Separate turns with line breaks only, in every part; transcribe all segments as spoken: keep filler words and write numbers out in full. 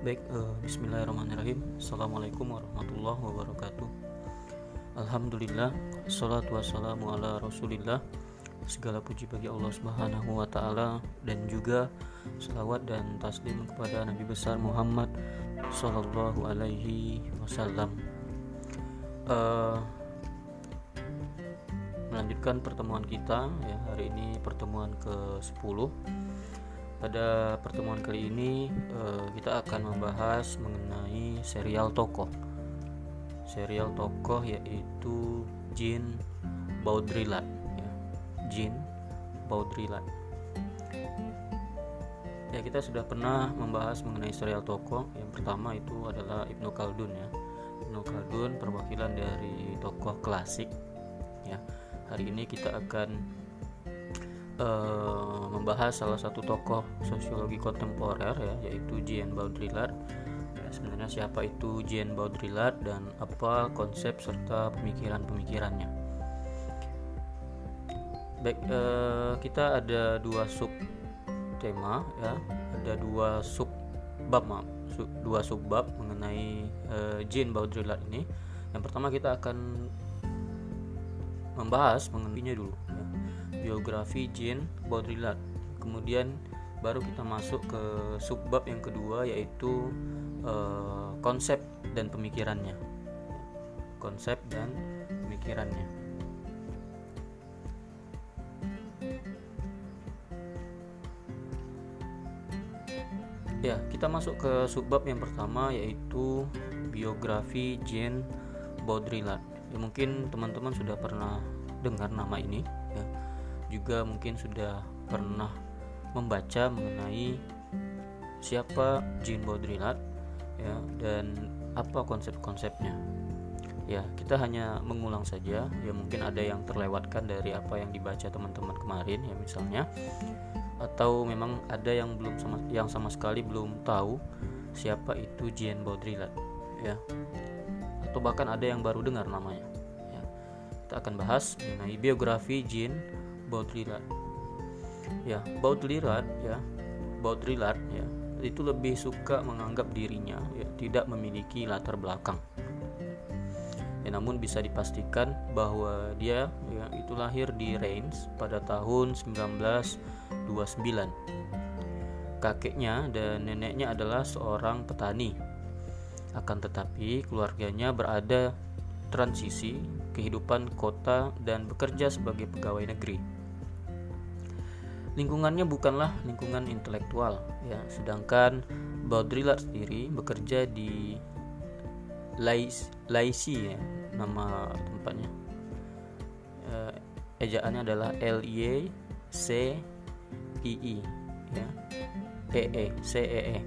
Baik, eh, bismillahirrahmanirrahim. Assalamualaikum warahmatullahi wabarakatuh. Alhamdulillah, salatu wassalamu ala rasulillah. Segala puji bagi Allah subhanahu wa ta'ala, dan juga salawat dan taslim kepada Nabi besar Muhammad sallallahu alaihi wasallam. uh, Melanjutkan pertemuan kita ya, hari ini pertemuan ke sepuluh. Pada pertemuan kali ini eh, kita akan membahas mengenai serial tokoh. Serial tokoh yaitu Jean Baudrillard ya. Jean Baudrillard. Ya, kita sudah pernah membahas mengenai serial tokoh. Yang pertama itu adalah Ibnu Khaldun ya. Ibnu Khaldun perwakilan dari tokoh klasik ya. Hari ini kita akan Uh, membahas salah satu tokoh sosiologi kontemporer ya, yaitu Jean Baudrillard. Ya, sebenarnya siapa itu Jean Baudrillard dan apa konsep serta pemikiran-pemikirannya. Baik, uh, kita ada dua sub tema ya, ada dua sub bab maaf, sub, dua sub bab mengenai uh, Jean Baudrillard ini. Yang pertama kita akan membahas mengenainya dulu ya, biografi Jean Baudrillard. Kemudian baru kita masuk ke subbab yang kedua, yaitu uh, konsep dan pemikirannya. Konsep dan pemikirannya. Ya, kita masuk ke subbab yang pertama, yaitu biografi Jean Baudrillard. Ya, mungkin teman-teman sudah pernah dengar nama ini ya. Juga mungkin sudah pernah membaca mengenai siapa Jean Baudrillard ya, dan apa konsep-konsepnya. Ya, kita hanya mengulang saja. Ya, mungkin ada yang terlewatkan dari apa yang dibaca teman-teman kemarin ya misalnya, atau memang ada yang belum sama yang sama sekali belum tahu siapa itu Jean Baudrillard ya. Atau bahkan ada yang baru dengar namanya. Ya. Kita akan bahas mengenai biografi Jean Baudrillard. Ya, Baudrillard ya, Baudrillard ya, itu lebih suka menganggap dirinya ya tidak memiliki latar belakang. Ya, namun bisa dipastikan bahwa dia ya itu lahir di Reims pada tahun sembilan belas dua puluh sembilan. Kakeknya dan neneknya adalah seorang petani. Akan tetapi keluarganya berada transisi kehidupan kota dan bekerja sebagai pegawai negeri. Lingkungannya bukanlah lingkungan intelektual ya, sedangkan Baudrillard sendiri bekerja di Laïci ya, nama tempatnya. E, ejaannya adalah L I C I I ya. E E C E E.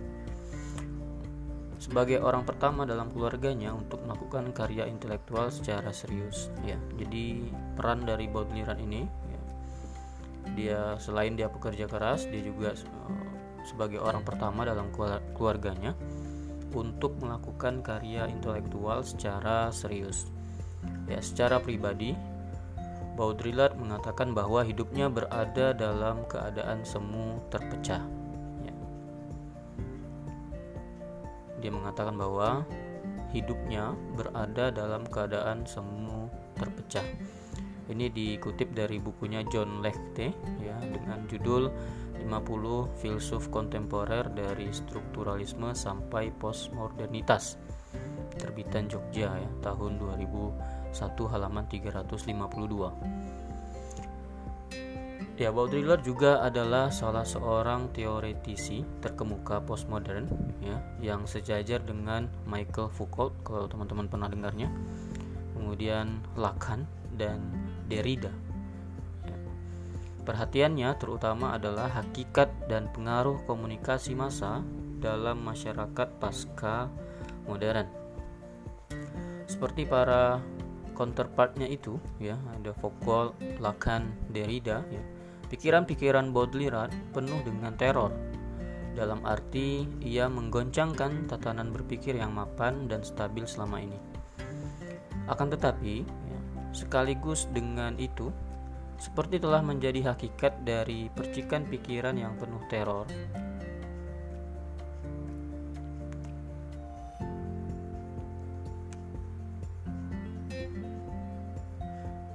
Sebagai orang pertama dalam keluarganya untuk melakukan karya intelektual secara serius ya. Jadi peran dari Baudrillard ini ya, dia selain dia pekerja keras, dia juga uh, sebagai orang pertama dalam keluarganya untuk melakukan karya intelektual secara serius. Ya, secara pribadi Baudrillard mengatakan bahwa hidupnya berada dalam keadaan semu terpecah. Ya. Dia mengatakan bahwa hidupnya berada dalam keadaan semu terpecah. Ini dikutip dari bukunya John Locke ya, dengan judul lima puluh Filsuf Kontemporer dari Strukturalisme sampai Postmodernitas, terbitan Jogja ya, tahun dua ribu satu halaman tiga ratus lima puluh dua. Ya, Baudrillard juga adalah salah seorang teoretisi terkemuka postmodern ya, yang sejajar dengan Michel Foucault kalau teman-teman pernah dengarnya, kemudian Lacan dan Derrida. Ya. Perhatiannya terutama adalah hakikat dan pengaruh komunikasi massa dalam masyarakat pasca modern. Seperti para counterpartnya itu ya, ada Foucault, Lacan, Derrida ya. Pikiran-pikiran Baudrillard penuh dengan teror. Dalam arti ia menggoncangkan tatanan berpikir yang mapan dan stabil selama ini. Akan tetapi ya, sekaligus dengan itu, seperti telah menjadi hakikat dari percikan pikiran yang penuh teror,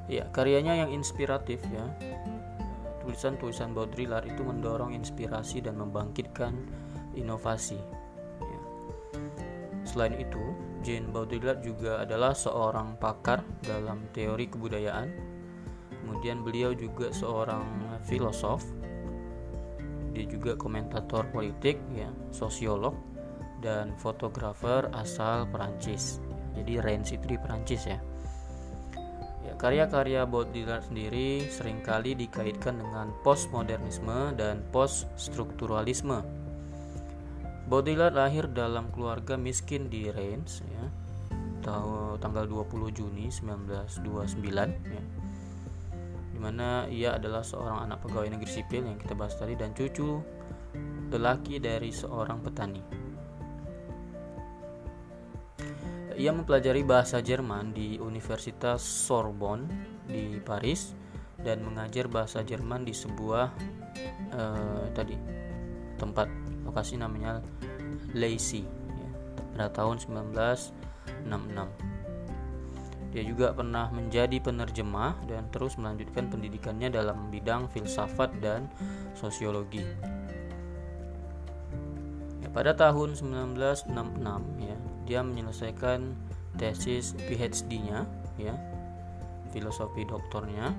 Ya, karyanya yang inspiratif ya. Tulisan-tulisan Baudrillard itu mendorong inspirasi dan membangkitkan inovasi. Ya. Selain itu, Jean Baudrillard juga adalah seorang pakar dalam teori kebudayaan. Kemudian beliau juga seorang filosof. Dia juga komentator politik, ya, sosiolog, dan fotografer asal Perancis. Jadi Reims itu di Perancis ya. Ya, karya-karya Baudrillard sendiri seringkali dikaitkan dengan postmodernisme dan poststrukturalisme. Baudrillard lahir dalam keluarga miskin di Reims ya, tanggal dua puluh Juni seribu sembilan ratus dua puluh sembilan ya, dimana ia adalah seorang anak pegawai negeri sipil yang kita bahas tadi dan cucu lelaki dari seorang petani. Ia mempelajari bahasa Jerman di Universitas Sorbonne di Paris dan mengajar bahasa Jerman di sebuah eh, tadi tempat lokasi namanya Leipzig ya, pada tahun seribu sembilan ratus enam puluh enam. Dia juga pernah menjadi penerjemah dan terus melanjutkan pendidikannya dalam bidang filsafat dan sosiologi. Ya, pada tahun seribu sembilan ratus enam puluh enam ya, dia menyelesaikan tesis P H D-nya ya, filosofi doktornya.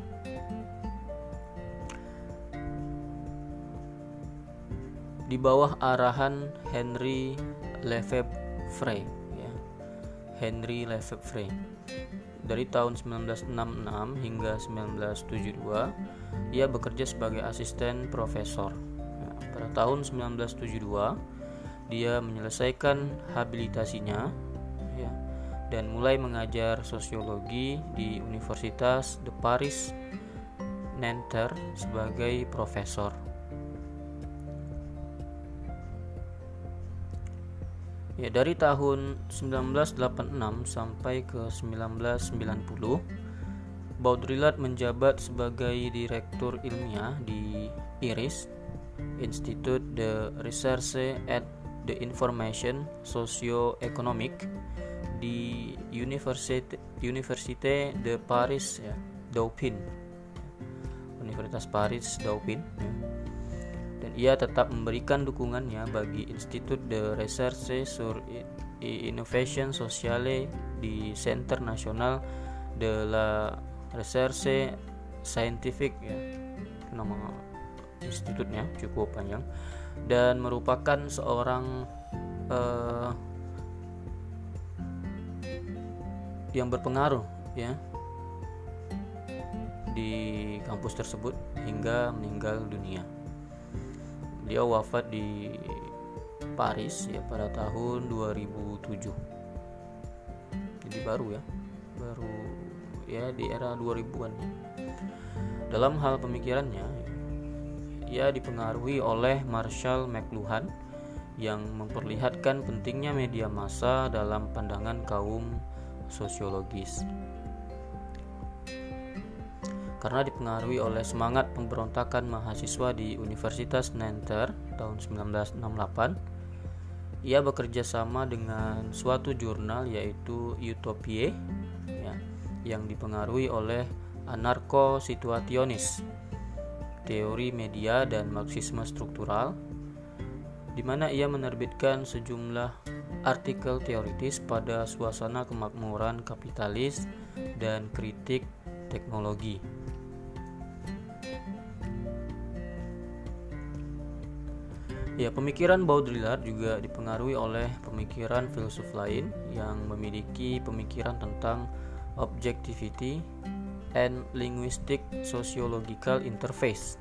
Di bawah arahan Henri Lefebvre ya. Henri Lefebvre. Dari tahun seribu sembilan ratus enam puluh enam hingga seribu sembilan ratus tujuh puluh dua ia bekerja sebagai asisten profesor. Nah, pada tahun seribu sembilan ratus tujuh puluh dua dia menyelesaikan habilitasinya ya, dan mulai mengajar sosiologi di Universitas de Paris Nanterre sebagai profesor. Ya, dari tahun seribu sembilan ratus delapan puluh enam sampai ke seribu sembilan ratus sembilan puluh, Baudrillard menjabat sebagai direktur ilmiah di I R I S, Institut de Recherche et de Information Socio-Économique di Université, Université de Paris ya, Dauphine, Universitas Paris Dauphine ya. Dan ia tetap memberikan dukungannya bagi Institut de Recherche sur Innovation Sociale di Centre National de la Recherche Scientifique ya, nama institutnya cukup panjang, dan merupakan seorang uh, yang berpengaruh ya di kampus tersebut hingga meninggal dunia. Dia wafat di Paris ya pada tahun dua ribu tujuh. Jadi baru ya, baru ya di era dua ribuan. Dalam hal pemikirannya, ia dipengaruhi oleh Marshall McLuhan yang memperlihatkan pentingnya media massa dalam pandangan kaum sosiologis. Karena dipengaruhi oleh semangat pemberontakan mahasiswa di Universitas Nanterre tahun seribu sembilan ratus enam puluh delapan, ia bekerja sama dengan suatu jurnal yaitu Utopie ya, yang dipengaruhi oleh anarko-situationis, teori media dan marxisme struktural, di mana ia menerbitkan sejumlah artikel teoritis pada suasana kemakmuran kapitalis dan kritik teknologi. Ya, pemikiran Baudrillard juga dipengaruhi oleh pemikiran filsuf lain yang memiliki pemikiran tentang objectivity and linguistic sociological interface.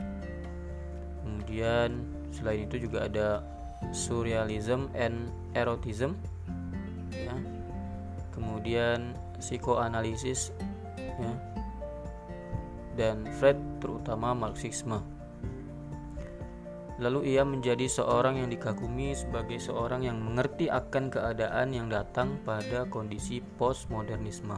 Kemudian selain itu juga ada surrealism and erotism ya. Kemudian psikoanalisis ya. Dan Freud, terutama Marxisme. Lalu ia menjadi seorang yang dikagumi sebagai seorang yang mengerti akan keadaan yang datang pada kondisi postmodernisme.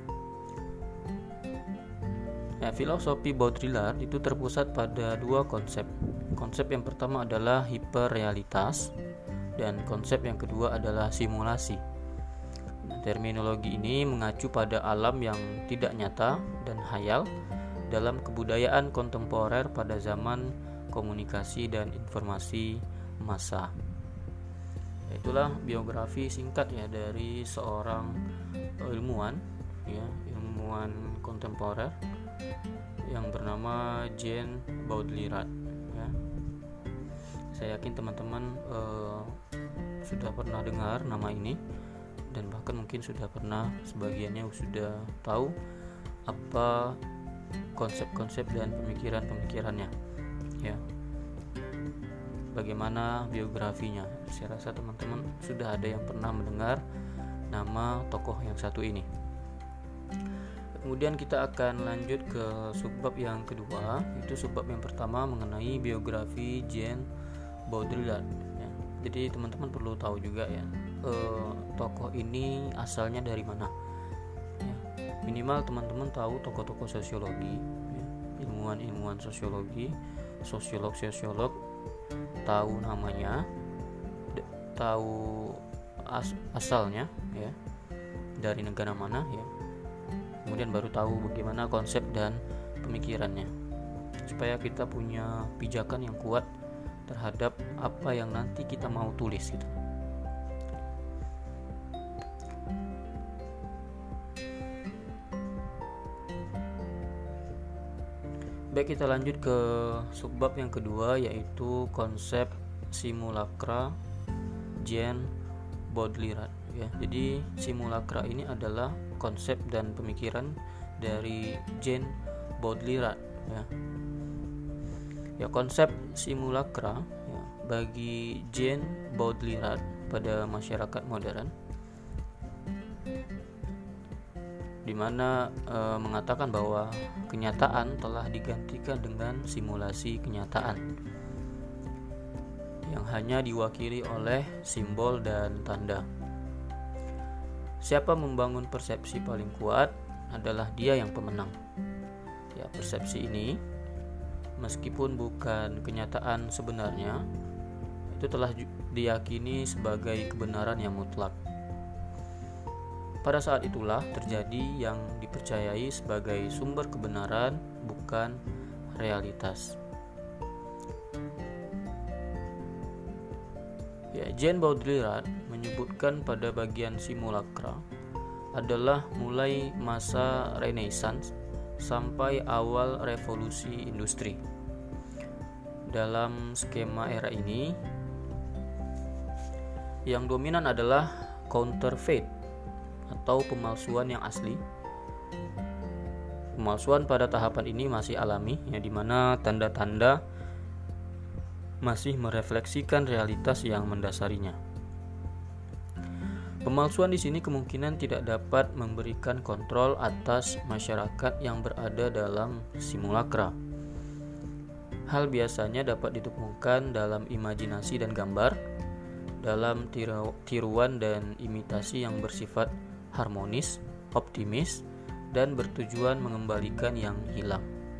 Ya, filosofi Baudrillard itu terpusat pada dua konsep. Konsep yang pertama adalah hiperrealitas dan konsep yang kedua adalah simulasi. terminologi ini mengacu pada alam yang tidak nyata dan hayal dalam kebudayaan kontemporer pada zaman komunikasi dan informasi massa. Itulah biografi singkat ya dari seorang ilmuwan ya, ilmuwan kontemporer yang bernama Jean Baudrillard ya. Saya yakin teman-teman eh, sudah pernah dengar nama ini, dan bahkan mungkin sudah pernah, sebagiannya sudah tahu apa konsep-konsep dan pemikiran-pemikirannya ya, bagaimana biografinya. Saya rasa teman-teman sudah ada yang pernah mendengar nama tokoh yang satu ini. Kemudian kita akan lanjut ke subbab yang kedua, itu subbab yang pertama mengenai biografi Jean Baudrillard ya. Jadi teman-teman perlu tahu juga ya, eh, tokoh ini asalnya dari mana ya. Minimal teman-teman tahu tokoh-tokoh sosiologi ya, ilmuwan-ilmuwan sosiologi, sosiolog-sosiolog, tahu namanya, d- tahu as- asalnya ya, dari negara mana ya. Kemudian baru tahu bagaimana konsep dan pemikirannya, supaya kita punya pijakan yang kuat terhadap apa yang nanti kita mau tulis gitu. Baik, kita lanjut ke subbab yang kedua, yaitu konsep simulacra Jean Baudrillard ya. Jadi simulacra ini adalah konsep dan pemikiran dari Jean Baudrillard ya. Ya, konsep simulacra ya, bagi Jean Baudrillard pada masyarakat modern, di mana e, mengatakan bahwa kenyataan telah digantikan dengan simulasi kenyataan yang hanya diwakili oleh simbol dan tanda. Siapa membangun persepsi paling kuat adalah dia yang pemenang. Ya, persepsi ini meskipun bukan kenyataan sebenarnya, itu telah diyakini sebagai kebenaran yang mutlak. Pada saat itulah terjadi yang dipercayai sebagai sumber kebenaran, bukan realitas. Ya, Jean Baudrillard menyebutkan pada bagian simulacra adalah mulai masa Renaissance sampai awal revolusi industri. Dalam skema era ini, yang dominan adalah counterfeit atau pemalsuan yang asli. Pemalsuan pada tahapan ini masih alami, ya, di mana tanda-tanda masih merefleksikan realitas yang mendasarinya. Pemalsuan di sini kemungkinan tidak dapat memberikan kontrol atas masyarakat yang berada dalam simulacra. Hal biasanya dapat ditemukan dalam imajinasi dan gambar, dalam tiru- tiruan dan imitasi yang bersifat harmonis, optimis, dan bertujuan mengembalikan yang hilang.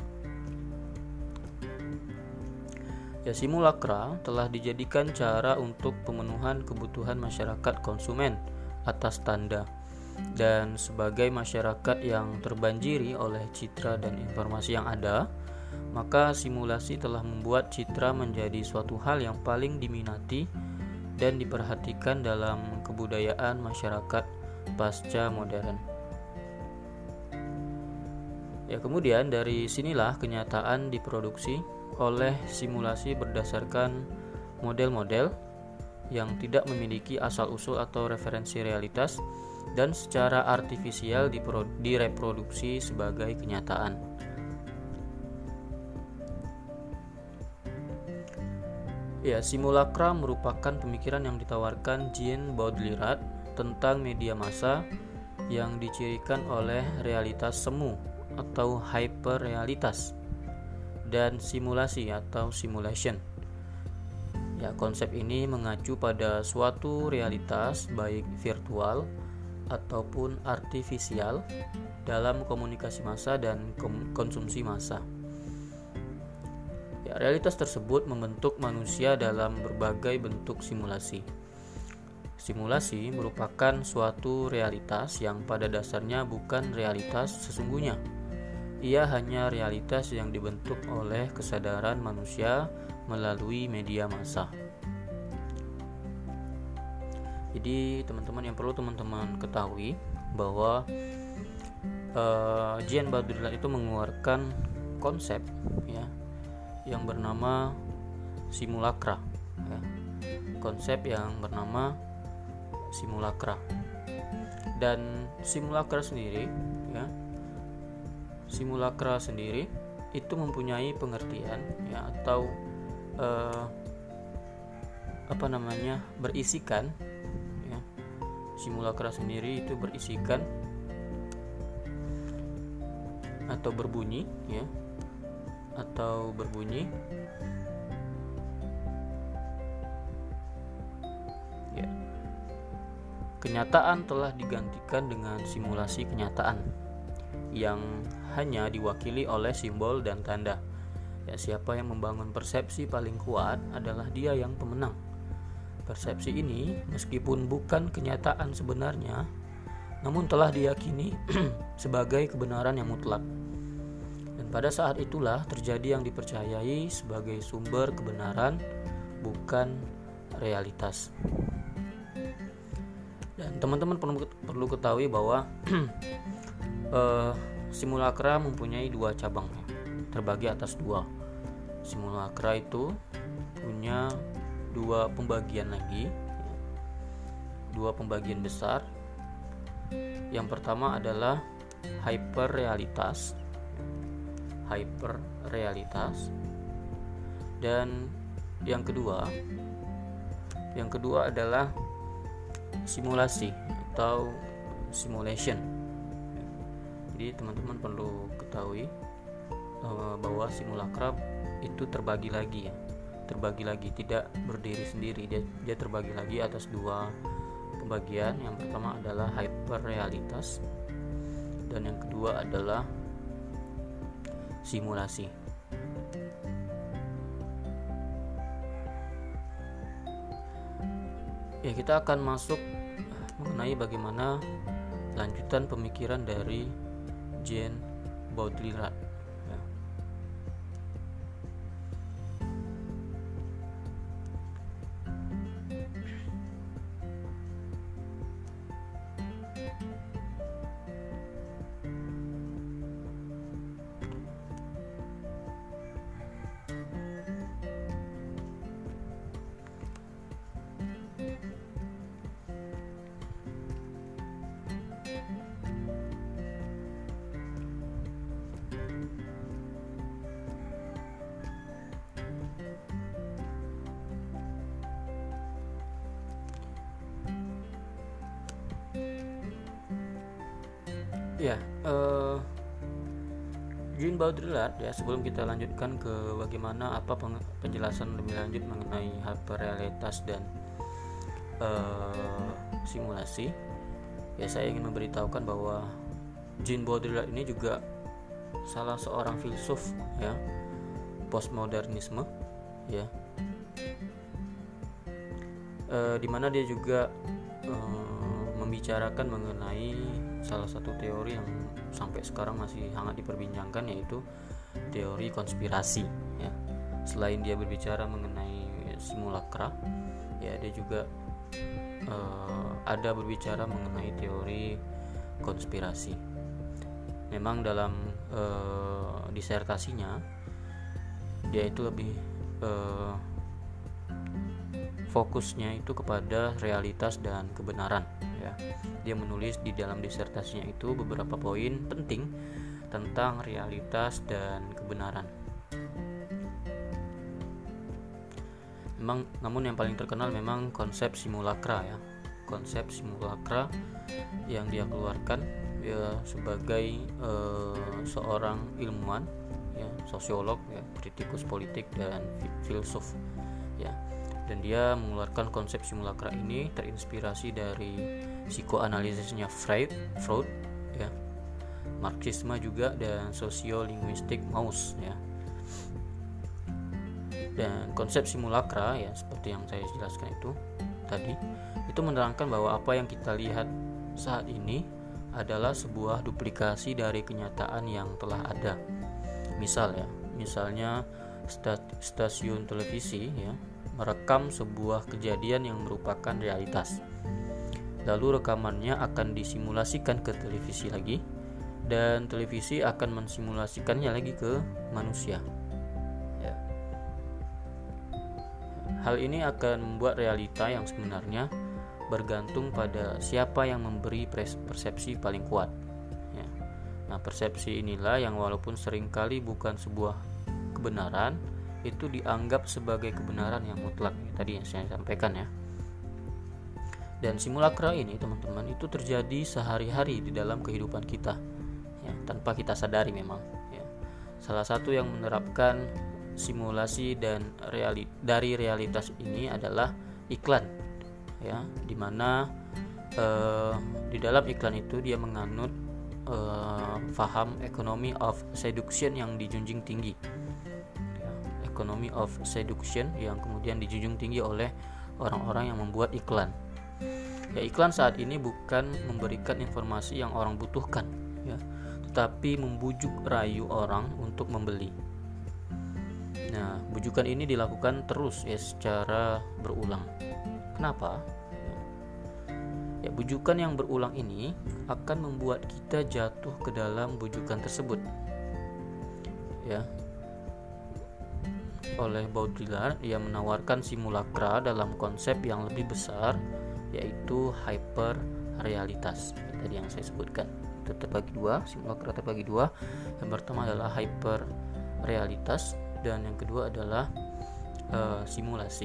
Ya, simulacra telah dijadikan cara untuk pemenuhan kebutuhan masyarakat konsumen atas tanda, dan sebagai masyarakat yang terbanjiri oleh citra dan informasi yang ada, maka simulasi telah membuat citra menjadi suatu hal yang paling diminati dan diperhatikan dalam kebudayaan masyarakat pasca modern. Ya, kemudian dari sinilah kenyataan diproduksi oleh simulasi berdasarkan model-model yang tidak memiliki asal-usul atau referensi realitas dan secara artifisial dipro- direproduksi sebagai kenyataan. Ya, simulacra merupakan pemikiran yang ditawarkan Jean Baudrillard tentang media massa yang dicirikan oleh realitas semu atau hyperrealitas dan simulasi atau simulation. Ya, konsep ini mengacu pada suatu realitas baik virtual ataupun artifisial dalam komunikasi massa dan kom- konsumsi massa. Ya, realitas tersebut membentuk manusia dalam berbagai bentuk simulasi. Simulasi merupakan suatu realitas yang pada dasarnya bukan realitas sesungguhnya. Ia hanya realitas yang dibentuk oleh kesadaran manusia melalui media massa. Jadi teman-teman, yang perlu teman-teman ketahui bahwa uh, Jean Baudrillard itu mengeluarkan konsep ya yang bernama simulacra ya. Konsep yang bernama simulacra. Dan simulacra sendiri ya simulacra sendiri itu mempunyai pengertian ya atau eh, apa namanya berisikan ya. Simulacra sendiri itu berisikan atau berbunyi ya atau berbunyi ya kenyataan telah digantikan dengan simulasi kenyataan yang hanya diwakili oleh simbol dan tanda. Ya, siapa yang membangun persepsi paling kuat adalah dia yang pemenang. Persepsi ini meskipun bukan kenyataan sebenarnya, namun telah diyakini sebagai kebenaran yang mutlak. Dan pada saat itulah terjadi yang dipercayai sebagai sumber kebenaran, bukan realitas. Dan teman-teman perlu, perlu ketahui bahwa uh, simulacra mempunyai dua cabang ya, terbagi atas dua. Simulacra itu punya dua pembagian lagi, dua pembagian besar. Yang pertama adalah hyperrealitas, hyperrealitas, dan yang kedua, yang kedua adalah simulasi atau simulation. Jadi teman-teman perlu ketahui uh, bahwa simulacra itu terbagi lagi ya, terbagi lagi, tidak berdiri sendiri. Dia, dia terbagi lagi atas dua pembagian. Yang pertama adalah hyperrealitas dan yang kedua adalah simulasi. Ya, kita akan masuk mengenai bagaimana lanjutan pemikiran dari Jean Baudrillard. Ya. Ya, uh, Jean Baudrillard ya, sebelum kita lanjutkan ke bagaimana apa penjelasan lebih lanjut mengenai hyperrealitas dan uh, simulasi, ya saya ingin memberitahukan bahwa Jean Baudrillard ini juga salah seorang filsuf ya postmodernisme ya, uh, di mana dia juga uh, membicarakan mengenai salah satu teori yang sampai sekarang masih hangat diperbincangkan, yaitu teori konspirasi ya. Selain dia berbicara mengenai simulacra ya, dia juga uh, ada berbicara mengenai teori konspirasi. Memang dalam uh, disertasinya dia itu lebih uh, fokusnya itu kepada realitas dan kebenaran ya. Dia menulis di dalam disertasinya itu beberapa poin penting tentang realitas dan kebenaran. Memang, namun yang paling terkenal memang konsep simulacra ya. Konsep simulacra yang dia keluarkan ya sebagai uh, seorang ilmuwan ya, sosiolog ya, kritikus politik dan filsuf ya. Dan dia mengeluarkan konsep simulacra ini terinspirasi dari psikoanalisisnya Freud, Freud ya, Marxisme juga, dan sosiolinguistik Mauss ya. Dan konsep simulacra ya seperti yang saya jelaskan itu tadi itu menerangkan bahwa apa yang kita lihat saat ini adalah sebuah duplikasi dari kenyataan yang telah ada. Misal ya, misalnya stasiun televisi ya merekam sebuah kejadian yang merupakan realitas. Lalu rekamannya akan disimulasikan ke televisi lagi, dan televisi akan mensimulasikannya lagi ke manusia. Ya. Hal ini akan membuat realita yang sebenarnya bergantung pada siapa yang memberi persepsi paling kuat. Ya. Nah, persepsi inilah yang walaupun seringkali bukan sebuah kebenaran, itu dianggap sebagai kebenaran yang mutlak. Tadi yang saya sampaikan ya. Dan simulakra ini teman-teman itu terjadi sehari-hari di dalam kehidupan kita ya, tanpa kita sadari memang ya. Salah satu yang menerapkan simulasi dan reali- dari realitas ini adalah iklan ya, dimana eh, di dalam iklan itu dia menganut eh, faham economy of seduction yang dijunjung tinggi. Economy of seduction yang kemudian dijunjung tinggi oleh orang-orang yang membuat iklan. Ya, iklan saat ini bukan memberikan informasi yang orang butuhkan, ya, tetapi membujuk rayu orang untuk membeli. Nah, bujukan ini dilakukan terus ya secara berulang. Kenapa? Ya, bujukan yang berulang ini akan membuat kita jatuh ke dalam bujukan tersebut. Ya. Oleh Baudrillard, ia menawarkan simulakra dalam konsep yang lebih besar, yaitu hyper realitas. Tadi yang saya sebutkan itu terbagi dua, simulakra terbagi dua. Yang pertama adalah hyper realitas dan yang kedua adalah uh, simulasi.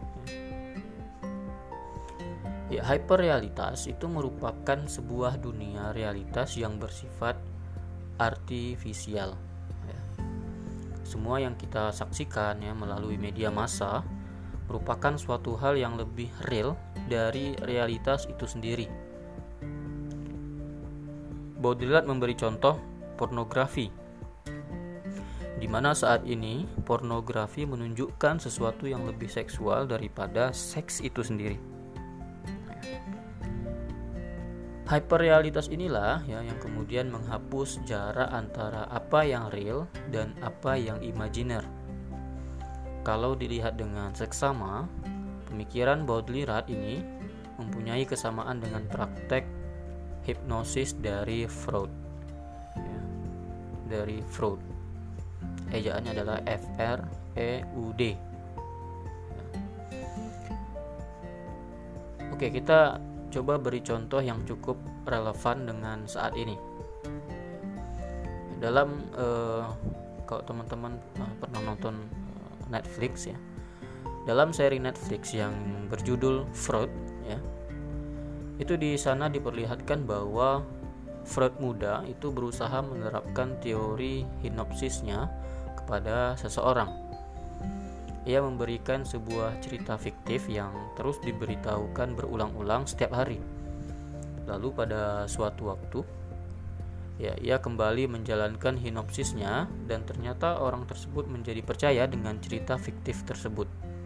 Ya, hyper realitas itu merupakan sebuah dunia realitas yang bersifat artifisial. Semua yang kita saksikan ya melalui media massa merupakan suatu hal yang lebih real dari realitas itu sendiri. Baudrillard memberi contoh pornografi, di mana saat ini pornografi menunjukkan sesuatu yang lebih seksual daripada seks itu sendiri. Hyperrealitas inilah ya yang kemudian menghapus jarak antara apa yang real dan apa yang imajiner. Kalau dilihat dengan seksama, pemikiran Baudrillard ini mempunyai kesamaan dengan praktek hipnosis dari Freud. Ya, dari Freud. Ejaannya adalah F R E U D. Ya. Oke, kita coba beri contoh yang cukup relevan dengan saat ini. Dalam eh, kalau teman-teman eh, pernah nonton eh, Netflix ya, dalam seri Netflix yang berjudul Freud ya, itu di sana diperlihatkan bahwa Freud muda itu berusaha menerapkan teori hipnosisnya kepada seseorang. Ia memberikan sebuah cerita fiktif yang terus diberitahukan berulang-ulang setiap hari. Lalu pada suatu waktu, ya ia kembali menjalankan hipnosisnya dan ternyata orang tersebut menjadi percaya dengan cerita fiktif tersebut.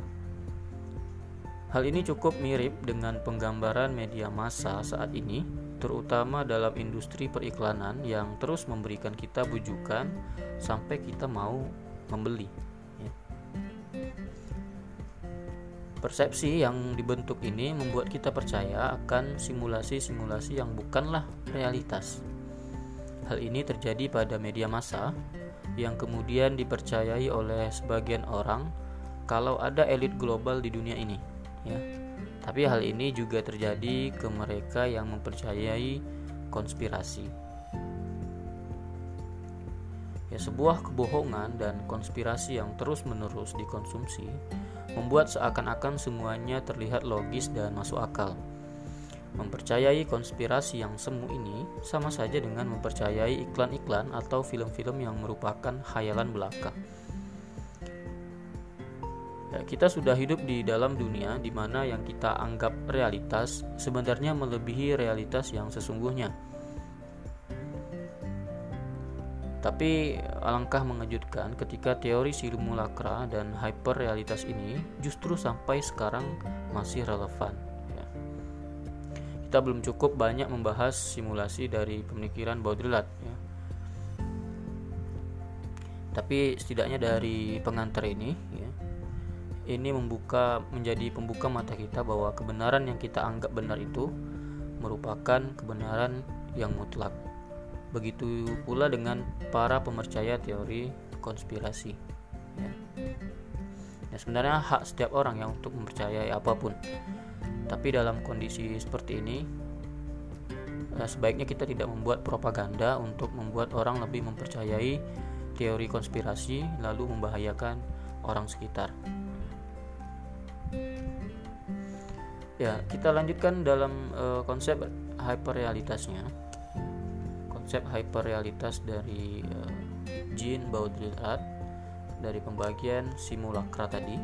Hal ini cukup mirip dengan penggambaran media massa saat ini, terutama dalam industri periklanan yang terus memberikan kita bujukan sampai kita mau membeli. Persepsi yang dibentuk ini membuat kita percaya akan simulasi-simulasi yang bukanlah realitas. Hal ini terjadi pada media massa yang kemudian dipercayai oleh sebagian orang kalau ada elit global di dunia ini, ya. Tapi hal ini juga terjadi ke mereka yang mempercayai konspirasi. Ya, sebuah kebohongan dan konspirasi yang terus-menerus dikonsumsi membuat seakan-akan semuanya terlihat logis dan masuk akal. Mempercayai konspirasi yang semu ini sama saja dengan mempercayai iklan-iklan atau film-film yang merupakan khayalan belaka. Ya, kita sudah hidup di dalam dunia di mana yang kita anggap realitas sebenarnya melebihi realitas yang sesungguhnya. Tapi alangkah mengejutkan ketika teori simulakra dan hyperrealitas ini justru sampai sekarang masih relevan. Ya. Kita belum cukup banyak membahas simulasi dari pemikiran Baudrillard. Ya. Tapi setidaknya dari pengantar ini, ya, ini membuka menjadi pembuka mata kita bahwa kebenaran yang kita anggap benar itu merupakan kebenaran yang mutlak. Begitu pula dengan para pemercaya teori konspirasi. Ya. Ya, sebenarnya hak setiap orang yang untuk mempercayai apapun. Tapi dalam kondisi seperti ini, ya, sebaiknya kita tidak membuat propaganda untuk membuat orang lebih mempercayai teori konspirasi lalu membahayakan orang sekitar. Ya, kita lanjutkan dalam uh, konsep hyperrealitasnya. Konsep hyperrealitas dari uh, Jean Baudrillard dari pembagian simulakra tadi.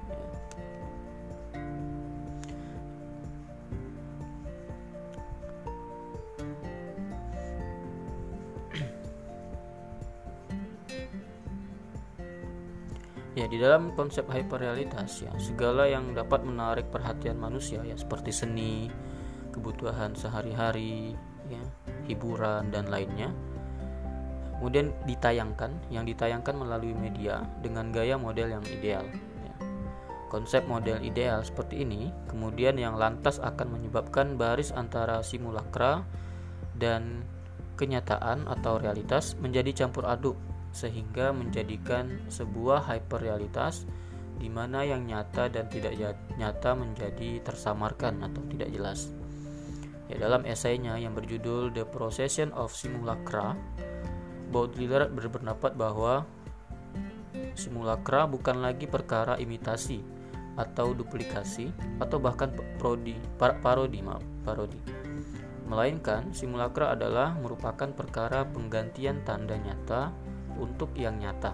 Ya, di dalam konsep hyperrealitas, ya, segala yang dapat menarik perhatian manusia, ya, seperti seni, kebutuhan sehari-hari, ya, hiburan dan lainnya, kemudian ditayangkan, yang ditayangkan melalui media dengan gaya model yang ideal. Ya. Konsep model ideal seperti ini kemudian yang lantas akan menyebabkan baris antara simulakra dan kenyataan atau realitas menjadi campur aduk, sehingga menjadikan sebuah hyperrealitas di mana yang nyata dan tidak nyata menjadi tersamarkan atau tidak jelas. Ya, dalam esainya yang berjudul The Procession of Simulacra, Baudrillard berpendapat bahwa simulakra bukan lagi perkara imitasi atau duplikasi atau bahkan parodi, parodi, maaf, parodi. Melainkan simulakra adalah merupakan perkara penggantian tanda nyata untuk yang nyata.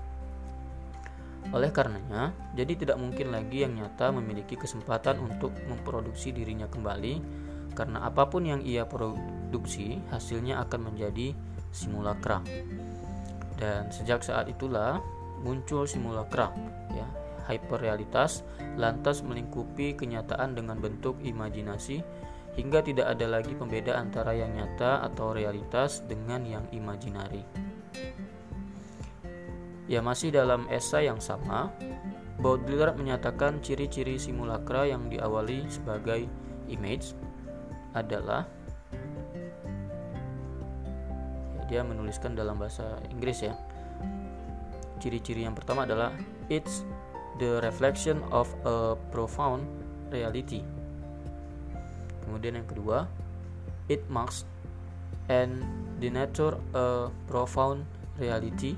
Oleh karenanya, jadi tidak mungkin lagi yang nyata memiliki kesempatan untuk memproduksi dirinya kembali, karena apapun yang ia produksi hasilnya akan menjadi simulakra. Dan sejak saat itulah muncul simulakra, ya, hyperrealitas lantas melingkupi kenyataan dengan bentuk imajinasi hingga tidak ada lagi pembeda antara yang nyata atau realitas dengan yang imajinari. Ya, masih dalam esai yang sama, Baudrillard menyatakan ciri-ciri simulakra yang diawali sebagai image adalah, ya, dia menuliskan dalam bahasa Inggris, ya. Ciri-ciri yang pertama adalah it's the reflection of a profound reality. Kemudian yang kedua, it marks and denature a profound reality.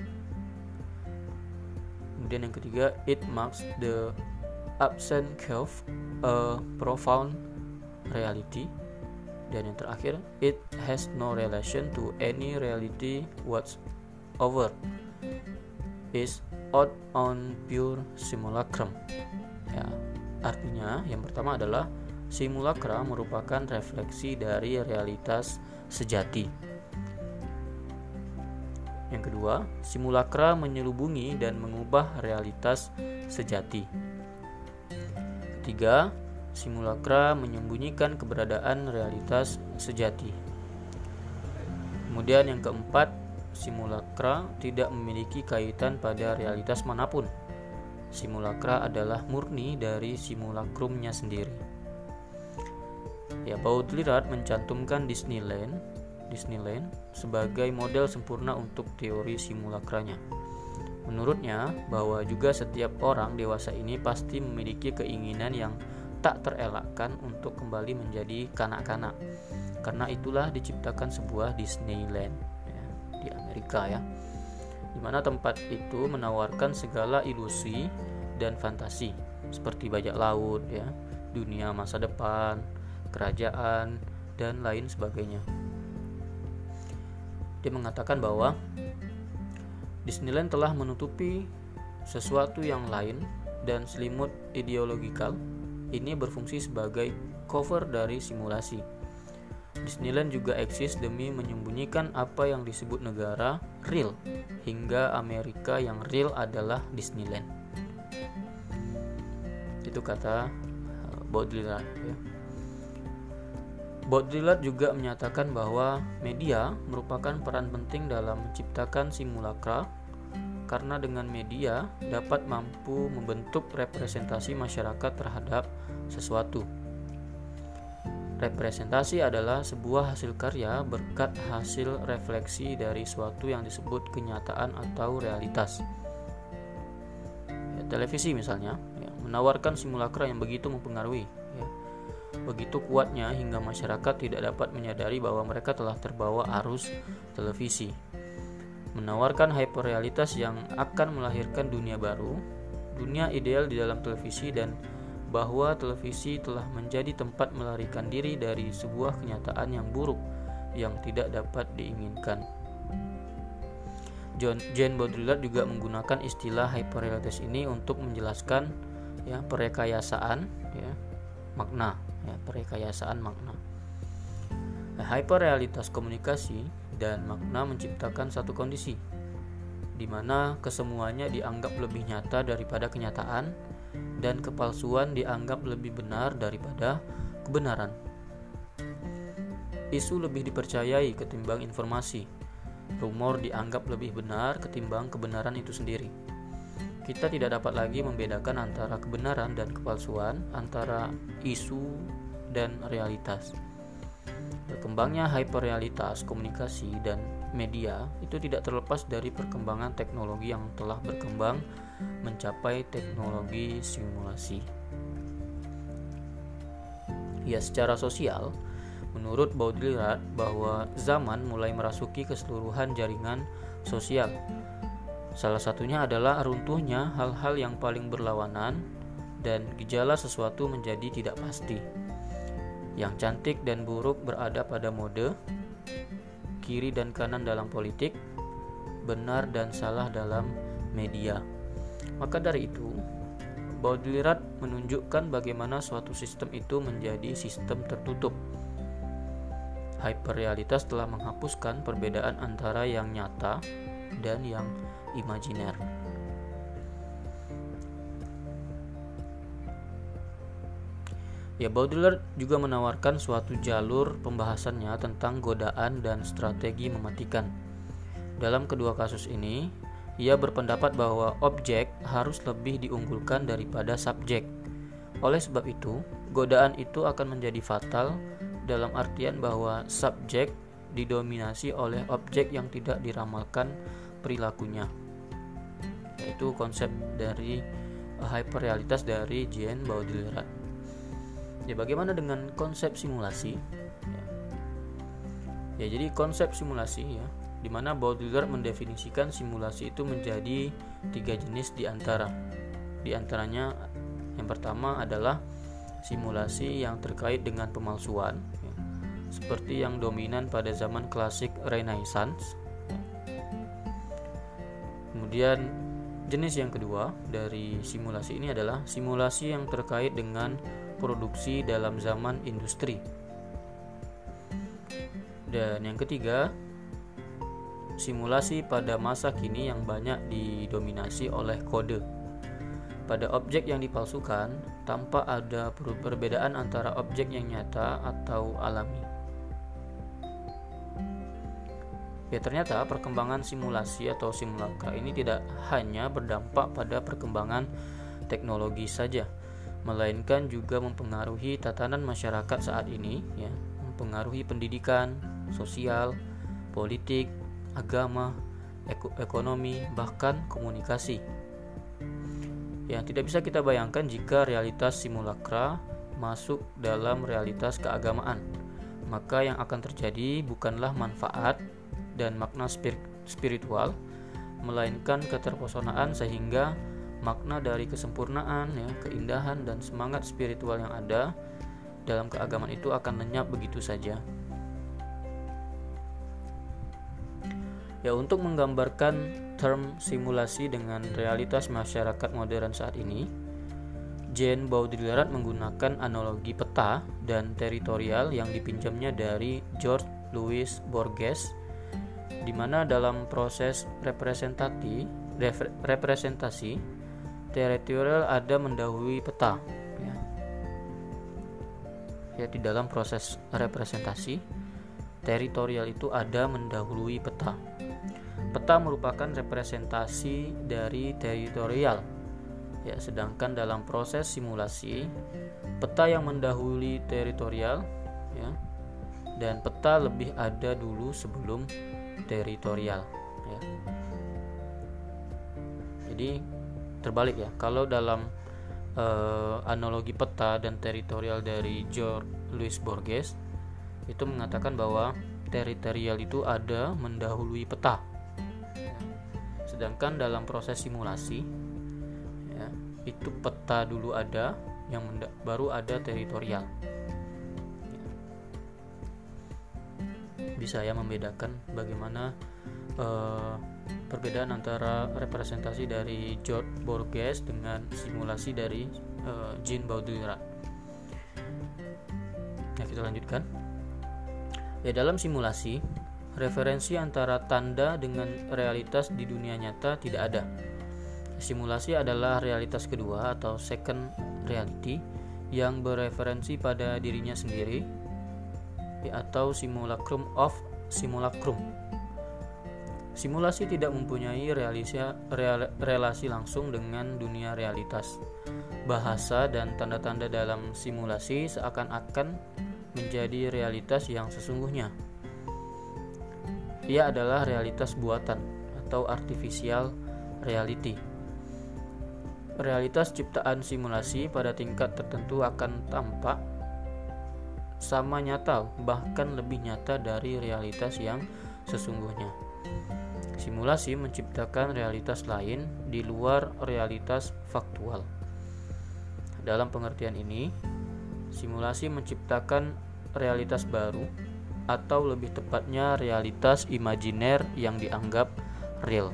Kemudian yang ketiga, it marks the absence of a profound reality. Dan yang terakhir, it has no relation to any reality whatsoever, is out on pure simulacrum. Ya, artinya yang pertama adalah simulakra merupakan refleksi dari realitas sejati. Yang kedua, simulakra menyelubungi dan mengubah realitas sejati. Ketiga, simulakra menyembunyikan keberadaan realitas sejati. Kemudian yang keempat, simulakra tidak memiliki kaitan pada realitas manapun. Simulakra adalah murni dari simulakrumnya sendiri. Ya, Baudrillard mencantumkan Disneyland Disneyland sebagai model sempurna untuk teori simulakranya. Menurutnya, bahwa juga setiap orang dewasa ini pasti memiliki keinginan yang tak terelakkan untuk kembali menjadi kanak-kanak. Karena itulah diciptakan sebuah Disneyland, ya, di Amerika, ya, di mana tempat itu menawarkan segala ilusi dan fantasi seperti bajak laut, ya, dunia masa depan, kerajaan, dan lain sebagainya. Dia mengatakan bahwa Disneyland telah menutupi sesuatu yang lain dan selimut ideologikal ini berfungsi sebagai cover dari simulasi. Disneyland juga eksis demi menyembunyikan apa yang disebut negara real, hingga Amerika yang real adalah Disneyland. Itu kata Baudrillard ya. Baudrillard juga menyatakan bahwa media merupakan peran penting dalam menciptakan simulakra, karena dengan media dapat mampu membentuk representasi masyarakat terhadap sesuatu. Representasi adalah sebuah hasil karya berkat hasil refleksi dari suatu yang disebut kenyataan atau realitas. Ya, televisi misalnya ya, menawarkan simulakra yang begitu mempengaruhi, ya, begitu kuatnya hingga masyarakat tidak dapat menyadari bahwa mereka telah terbawa arus televisi. Menawarkan hyperrealitas yang akan melahirkan dunia baru, dunia ideal di dalam televisi, dan bahwa televisi telah menjadi tempat melarikan diri dari sebuah kenyataan yang buruk yang tidak dapat diinginkan. John Jane Baudrillard juga menggunakan istilah hyperrealitas ini untuk menjelaskan ya perekayasaan ya makna ya perekayasaan makna. Nah, hyperrealitas komunikasi dan makna menciptakan satu kondisi di mana kesemuanya dianggap lebih nyata daripada kenyataan, dan kepalsuan dianggap lebih benar daripada kebenaran. Isu lebih dipercayai ketimbang informasi. Rumor dianggap lebih benar ketimbang kebenaran itu sendiri. Kita tidak dapat lagi membedakan antara kebenaran dan kepalsuan, antara isu dan realitas. Berkembangnya hyperrealitas komunikasi dan media itu tidak terlepas dari perkembangan teknologi yang telah berkembang mencapai teknologi simulasi. Ya, secara sosial, menurut Baudrillard bahwa zaman mulai merasuki keseluruhan jaringan sosial. Salah satunya adalah runtuhnya hal-hal yang paling berlawanan dan gejala sesuatu menjadi tidak pasti. Yang cantik dan buruk berada pada mode, kiri dan kanan dalam politik, benar dan salah dalam media. Maka dari itu, Baudrillard menunjukkan bagaimana suatu sistem itu menjadi sistem tertutup. Hyperrealitas telah menghapuskan perbedaan antara yang nyata dan yang imajiner. Ya, Baudrillard juga menawarkan suatu jalur pembahasannya tentang godaan dan strategi mematikan. Dalam kedua kasus ini, ia berpendapat bahwa objek harus lebih diunggulkan daripada subjek. Oleh sebab itu, godaan itu akan menjadi fatal dalam artian bahwa subjek didominasi oleh objek yang tidak diramalkan perilakunya. Yaitu konsep dari hyperrealitas dari Jane Baudrillard. Ya, bagaimana dengan konsep simulasi? Ya, ya jadi konsep simulasi ya, di mana Baudrillard mendefinisikan simulasi itu menjadi tiga jenis di antara di antaranya yang pertama adalah simulasi yang terkait dengan pemalsuan ya, seperti yang dominan pada zaman klasik Renaissance ya. Kemudian jenis yang kedua dari simulasi ini adalah simulasi yang terkait dengan produksi dalam zaman industri. Dan yang ketiga, simulasi pada masa kini yang banyak didominasi oleh kode. Pada objek yang dipalsukan, tanpa ada perbedaan antara objek yang nyata atau alami. Ya, ternyata perkembangan simulasi atau simulakra ini tidak hanya berdampak pada perkembangan teknologi saja, melainkan juga mempengaruhi tatanan masyarakat saat ini, ya, mempengaruhi pendidikan, sosial, politik, agama, eko- ekonomi, bahkan komunikasi. Yang tidak bisa kita bayangkan jika realitas simulakra masuk dalam realitas keagamaan, maka yang akan terjadi bukanlah manfaat dan makna spir- spiritual, melainkan keterpesonaan, sehingga makna dari kesempurnaan, ya, keindahan dan semangat spiritual yang ada dalam keagamaan itu akan lenyap begitu saja. Ya, untuk menggambarkan term simulasi dengan realitas masyarakat modern saat ini, Jean Baudrillard menggunakan analogi peta dan teritorial yang dipinjamnya dari George Louis Borges, di mana dalam proses representasi, representasi teritorial ada mendahului peta. Ya. ya, di dalam proses representasi, teritorial itu ada mendahului peta. Peta merupakan representasi dari teritorial. Ya, sedangkan dalam proses simulasi, peta yang mendahului teritorial, ya, dan peta lebih ada dulu sebelum teritorial. Ya. Jadi terbalik ya. Kalau dalam uh, analogi peta dan teritorial dari George Louis Borges itu mengatakan bahwa teritorial itu ada mendahului peta. Ya. Sedangkan dalam proses simulasi, itu peta dulu ada, yang menda- baru ada teritorial. Bisa ya membedakan bagaimana uh, perbedaan antara representasi dari George Borges dengan simulasi dari uh, Jean Baudrillard. Nah, kita lanjutkan. Ya, dalam simulasi, referensi antara tanda dengan realitas di dunia nyata tidak ada. Simulasi adalah realitas kedua atau second reality yang bereferensi pada dirinya sendiri, atau simulacrum of simulacrum. Simulasi tidak mempunyai realisia, real, relasi langsung dengan dunia realitas. Bahasa dan tanda-tanda dalam simulasi seakan-akan menjadi realitas yang sesungguhnya. Ia adalah realitas buatan atau artificial reality. Realitas ciptaan simulasi pada tingkat tertentu akan tampak sama nyata, bahkan lebih nyata dari realitas yang sesungguhnya. Simulasi menciptakan realitas lain di luar realitas faktual. Dalam pengertian ini, simulasi menciptakan realitas baru, atau lebih tepatnya realitas imajiner yang dianggap real.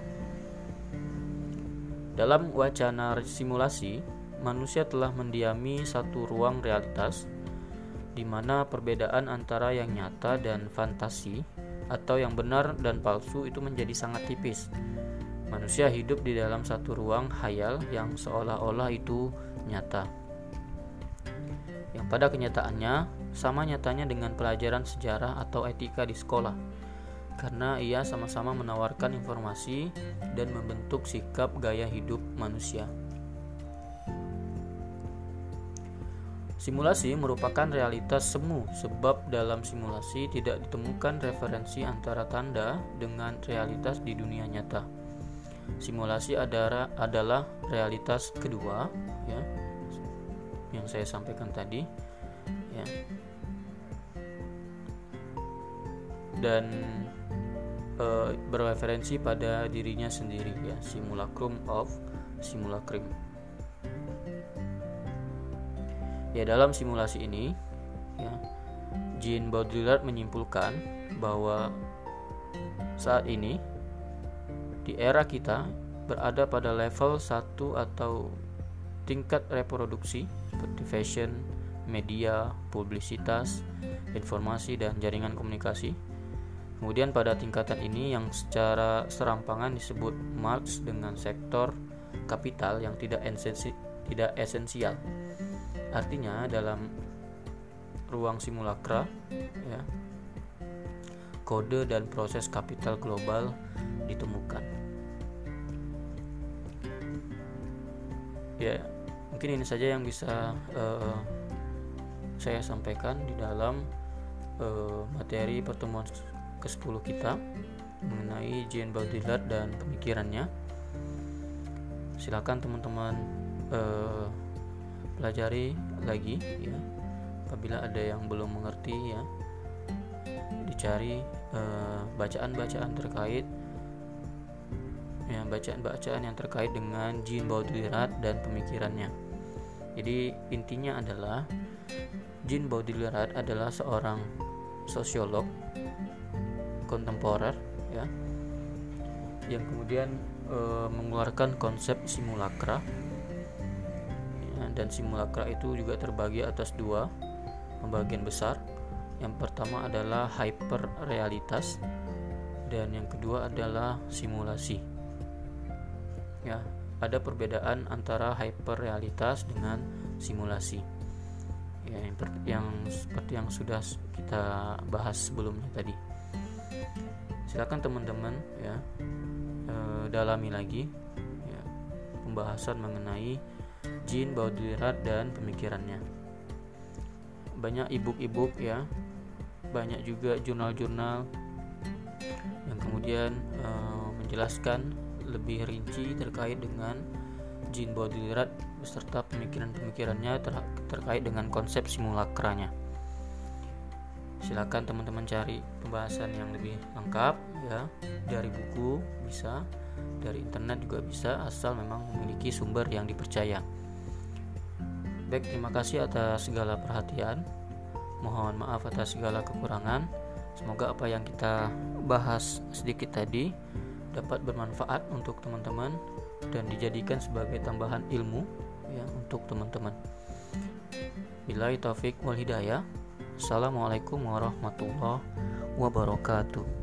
Dalam wacana simulasi, manusia telah mendiami satu ruang realitas, di mana perbedaan antara yang nyata dan fantasi, atau yang benar dan palsu itu menjadi sangat tipis. Manusia hidup di dalam satu ruang khayal yang seolah-olah itu nyata, yang pada kenyataannya sama nyatanya dengan pelajaran sejarah atau etika di sekolah, karena ia sama-sama menawarkan informasi dan membentuk sikap gaya hidup manusia. Simulasi merupakan realitas semu, sebab dalam simulasi tidak ditemukan referensi antara tanda dengan realitas di dunia nyata. Simulasi adalah, adalah realitas kedua, ya, yang saya sampaikan tadi, ya. Dan e, bereferensi pada dirinya sendiri, ya, simulacrum of simulacrum. Ya, dalam simulasi ini, ya, Jean Baudrillard menyimpulkan bahwa saat ini di era kita berada pada level satu atau tingkat reproduksi seperti fashion, media, publisitas, informasi, dan jaringan komunikasi. Kemudian pada tingkatan ini yang secara serampangan disebut Marx dengan sektor kapital yang tidak esensi, tidak esensial. Artinya dalam ruang simulakra, ya, kode dan proses kapital global ditemukan. Ya, mungkin ini saja yang bisa uh, saya sampaikan di dalam uh, materi pertemuan kesepuluh kita mengenai Jean Baudrillard dan pemikirannya. Silakan teman-teman uh, pelajari lagi, ya. Apabila ada yang belum mengerti, ya, dicari uh, bacaan-bacaan terkait, ya, bacaan-bacaan yang terkait dengan Jean Baudrillard dan pemikirannya. Jadi intinya adalah Jean Baudrillard adalah seorang sosiolog kontemporer, ya, yang kemudian e, mengeluarkan konsep simulakra, ya, Nah, dan simulakra itu juga terbagi atas dua pembagian besar. Yang pertama adalah hyperrealitas dan yang kedua adalah simulasi. Ya, ada perbedaan antara hyperrealitas dengan simulasi. Ya, yang, yang seperti yang sudah kita bahas sebelumnya tadi. Silakan teman-teman ya e, dalami lagi ya, pembahasan mengenai jin, baudrillard dan pemikirannya. Banyak e-book-e-book ya, banyak juga jurnal-jurnal yang kemudian e, menjelaskan lebih rinci terkait dengan jin, baudrillard beserta pemikiran-pemikirannya ter- terkait dengan konsep simulakranya. Silakan teman-teman cari pembahasan yang lebih lengkap ya, dari buku bisa, dari internet juga bisa, asal memang memiliki sumber yang dipercaya. Baik, terima kasih atas segala perhatian. Mohon maaf atas segala kekurangan. Semoga apa yang kita bahas sedikit tadi dapat bermanfaat untuk teman-teman dan dijadikan sebagai tambahan ilmu ya untuk teman-teman. Billahi taufik wal hidayah. Assalamualaikum warahmatullahi wabarakatuh.